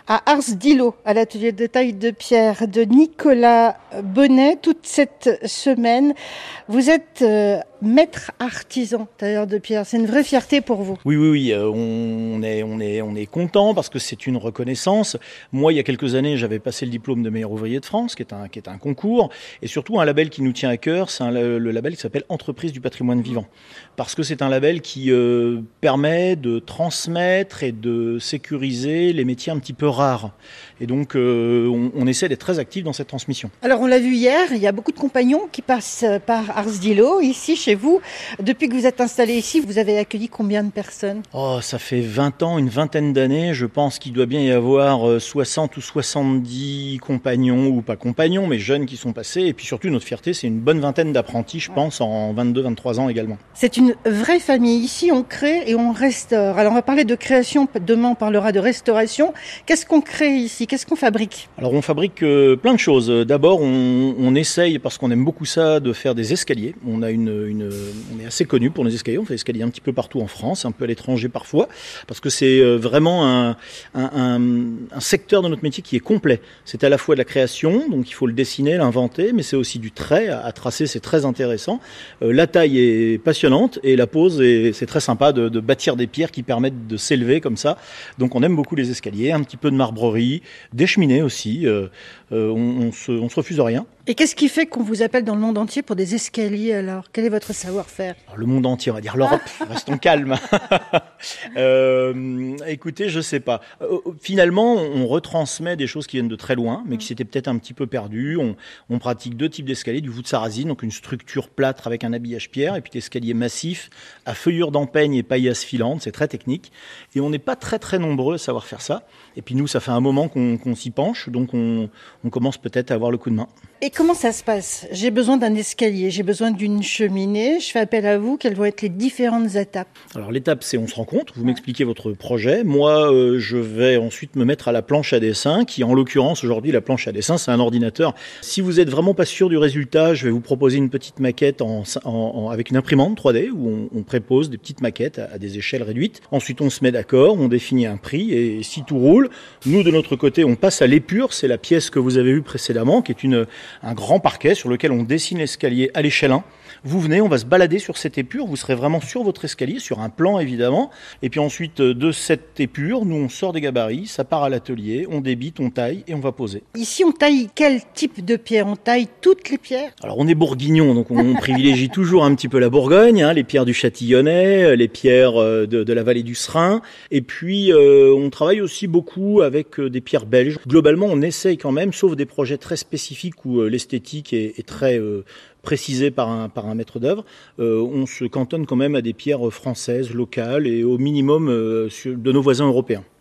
à Ars d'Ilo, à l'atelier de taille de pierre de Nicolas Bonnet. Toute cette semaine, vous êtes maître artisan tailleur de pierre. C'est une vraie fierté pour vous. Oui, on est content parce que c'est une reconnaissance. Moi, il y a quelques années, j'avais passé le diplôme de meilleur ouvrier de France, qui est un concours, et surtout un label qui nous tient à cœur, c'est le label qui s'appelle Entreprise du patrimoine vivant. Parce que c'est un label qui permet de transmettre et de sécuriser les métiers un petit peu rares. Et donc, on essaie d'être très actif dans cette transmission. Alors, on l'a vu hier, il y a beaucoup de compagnons qui passent par Ars d'Ilo, ici, chez vous. Depuis que vous êtes installé ici, vous avez accueilli combien de personnes ? Oh, ça fait 20 ans, une vingtaine d'années. Je pense qu'il doit bien y avoir 60 ou 70 compagnons, ou pas compagnons, mais jeunes qui sont passés. Et puis surtout, notre fierté, c'est une bonne vingtaine d'apprentis, je pense, en 22-23 ans également. C'est une vraie famille. Ici, on crée et on restaure. Alors, on va parler de création. Demain, on parlera de restauration. Qu'est-ce qu'on crée ici ? Qu'est-ce qu'on fabrique ? Alors, on fabrique plein de choses. D'abord, on essaye, parce qu'on aime beaucoup ça, de faire des escaliers. On est assez connu pour nos escaliers. On fait des escaliers un petit peu partout en France, un peu à l'étranger parfois, parce que c'est vraiment un secteur de notre métier qui est complet. C'est à la fois de la création, donc il faut le dessiner, l'inventer, mais c'est aussi du trait à tracer, c'est très intéressant. La taille est passionnante et la pose, c'est très sympa de bâtir des pierres qui permettent de s'élever comme ça. Donc on aime beaucoup les escaliers, un petit peu de marbrerie, des cheminées aussi. On se refuse à rien. Et qu'est-ce qui fait qu'on vous appelle dans le monde entier pour des escaliers alors ? Quel est votre savoir-faire ? Alors, le monde entier, on va dire l'Europe, restons calmes. Écoutez, je sais pas. Finalement, on retransmet des choses qui viennent de très loin, mais qui s'étaient peut-être un petit peu perdues. On pratique deux types d'escaliers, du voûte sarrasine, donc une structure plâtre avec un habillage pierre, et puis l'escalier massif à feuillure d'empeigne et paillasse filante, c'est très technique. Et on n'est pas très très nombreux à savoir faire ça. Et puis nous, ça fait un moment qu'on s'y penche, donc on commence peut-être à avoir le coup de main. Et comment ça se passe ? J'ai besoin d'un escalier, j'ai besoin d'une cheminée, je fais appel à vous, quelles vont être les différentes étapes ? Alors l'étape, c'est on se rencontre, vous m'expliquez votre projet, moi je vais ensuite me mettre à la planche à dessin, qui en l'occurrence aujourd'hui la planche à dessin c'est un ordinateur. Si vous êtes vraiment pas sûr du résultat, je vais vous proposer une petite maquette avec une imprimante 3D où on prépose des petites maquettes à des échelles réduites. Ensuite on se met d'accord, on définit un prix et si tout roule, nous de notre côté on passe à l'épure, c'est la pièce que vous avez vue précédemment, qui est un grand parquet sur lequel on dessine l'escalier à l'échelle 1. Vous venez, on va se balader sur cette épure, vous serez vraiment sur votre escalier, sur un plan évidemment. Et puis ensuite, de cette épure, nous on sort des gabarits, ça part à l'atelier, on débite, on taille et on va poser. Ici, on taille quel type de pierre ? On taille toutes les pierres ? Alors on est bourguignon, donc on privilégie toujours un petit peu la Bourgogne, les pierres du Châtillonnais, les pierres de la vallée du Serein. Et puis on travaille aussi beaucoup avec des pierres belges. Globalement, on essaye quand même, sauf des projets très spécifiques où l'esthétique est très précisée par un maître d'œuvre, on se cantonne quand même à des pierres françaises, locales et au minimum de nos voisins européens.